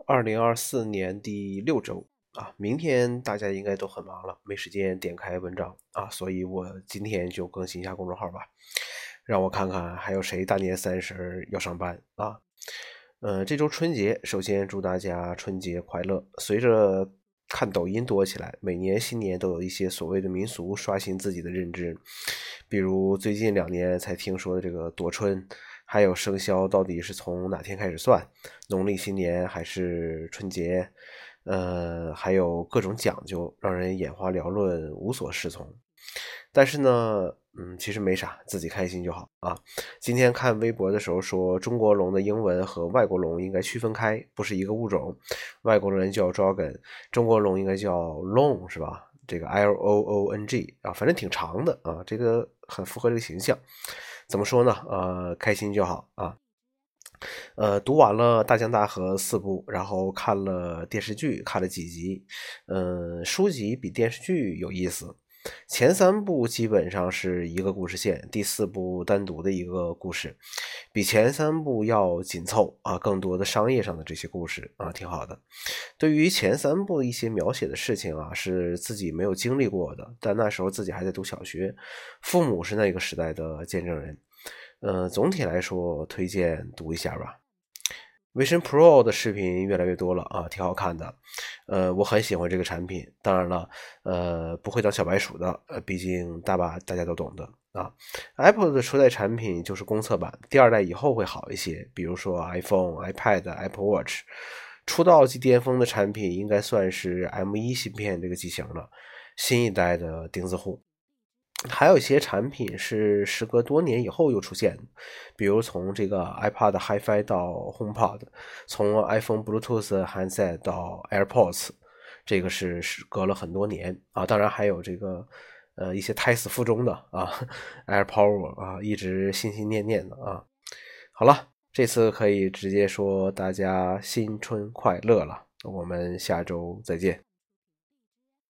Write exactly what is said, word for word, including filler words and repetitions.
二零二四年第六周啊，明天大家应该都很忙了，没时间点开文章啊，所以我今天就更新一下公众号吧，让我看看还有谁大年三十要上班啊。呃，这周春节，首先祝大家春节快乐。随着看抖音多起来，每年新年都有一些所谓的民俗刷新自己的认知，比如最近两年才听说的这个躲春，还有生肖到底是从哪天开始算，农历新年还是春节，呃，还有各种讲究，让人眼花缭乱，无所适从。但是呢，嗯，其实没啥，自己开心就好啊。今天看微博的时候说，中国龙的英文和外国龙应该区分开，不是一个物种。外国人叫 dragon，中国龙应该叫 long 是吧？这个 L O O N G 啊，反正挺长的啊，这个很符合这个形象。怎么说呢？呃，开心就好啊。呃，读完了《大江大河》四部，然后看了电视剧，看了几集。嗯、呃，书籍比电视剧有意思。前三部基本上是一个故事线，第四部单独的一个故事，比前三部要紧凑啊，更多的商业上的这些故事啊，挺好的。对于前三部一些描写的事情啊，是自己没有经历过的，但那时候自己还在读小学，父母是那个时代的见证人。呃，总体来说推荐读一下吧。Vision Pro 的视频越来越多了啊，挺好看的。呃，我很喜欢这个产品。当然了，呃，不会当小白鼠的，呃，毕竟大把大家都懂的啊。Apple 的初代产品就是公测版，第二代以后会好一些，比如说 iPhone、iPad、Apple Watch。出道即巅峰的产品应该算是 M 一 芯片这个机型了，新一代的钉子户。还有一些产品是时隔多年以后又出现的，比如从这个 iPod HiFi 到 HomePod， 从 iPhone Bluetooth handset 到 AirPods， 这个是是隔了很多年啊。当然还有这个呃一些胎死腹中的啊 AirPower 啊，一直心心念念的啊。好了，这次可以直接说大家新春快乐了，我们下周再见。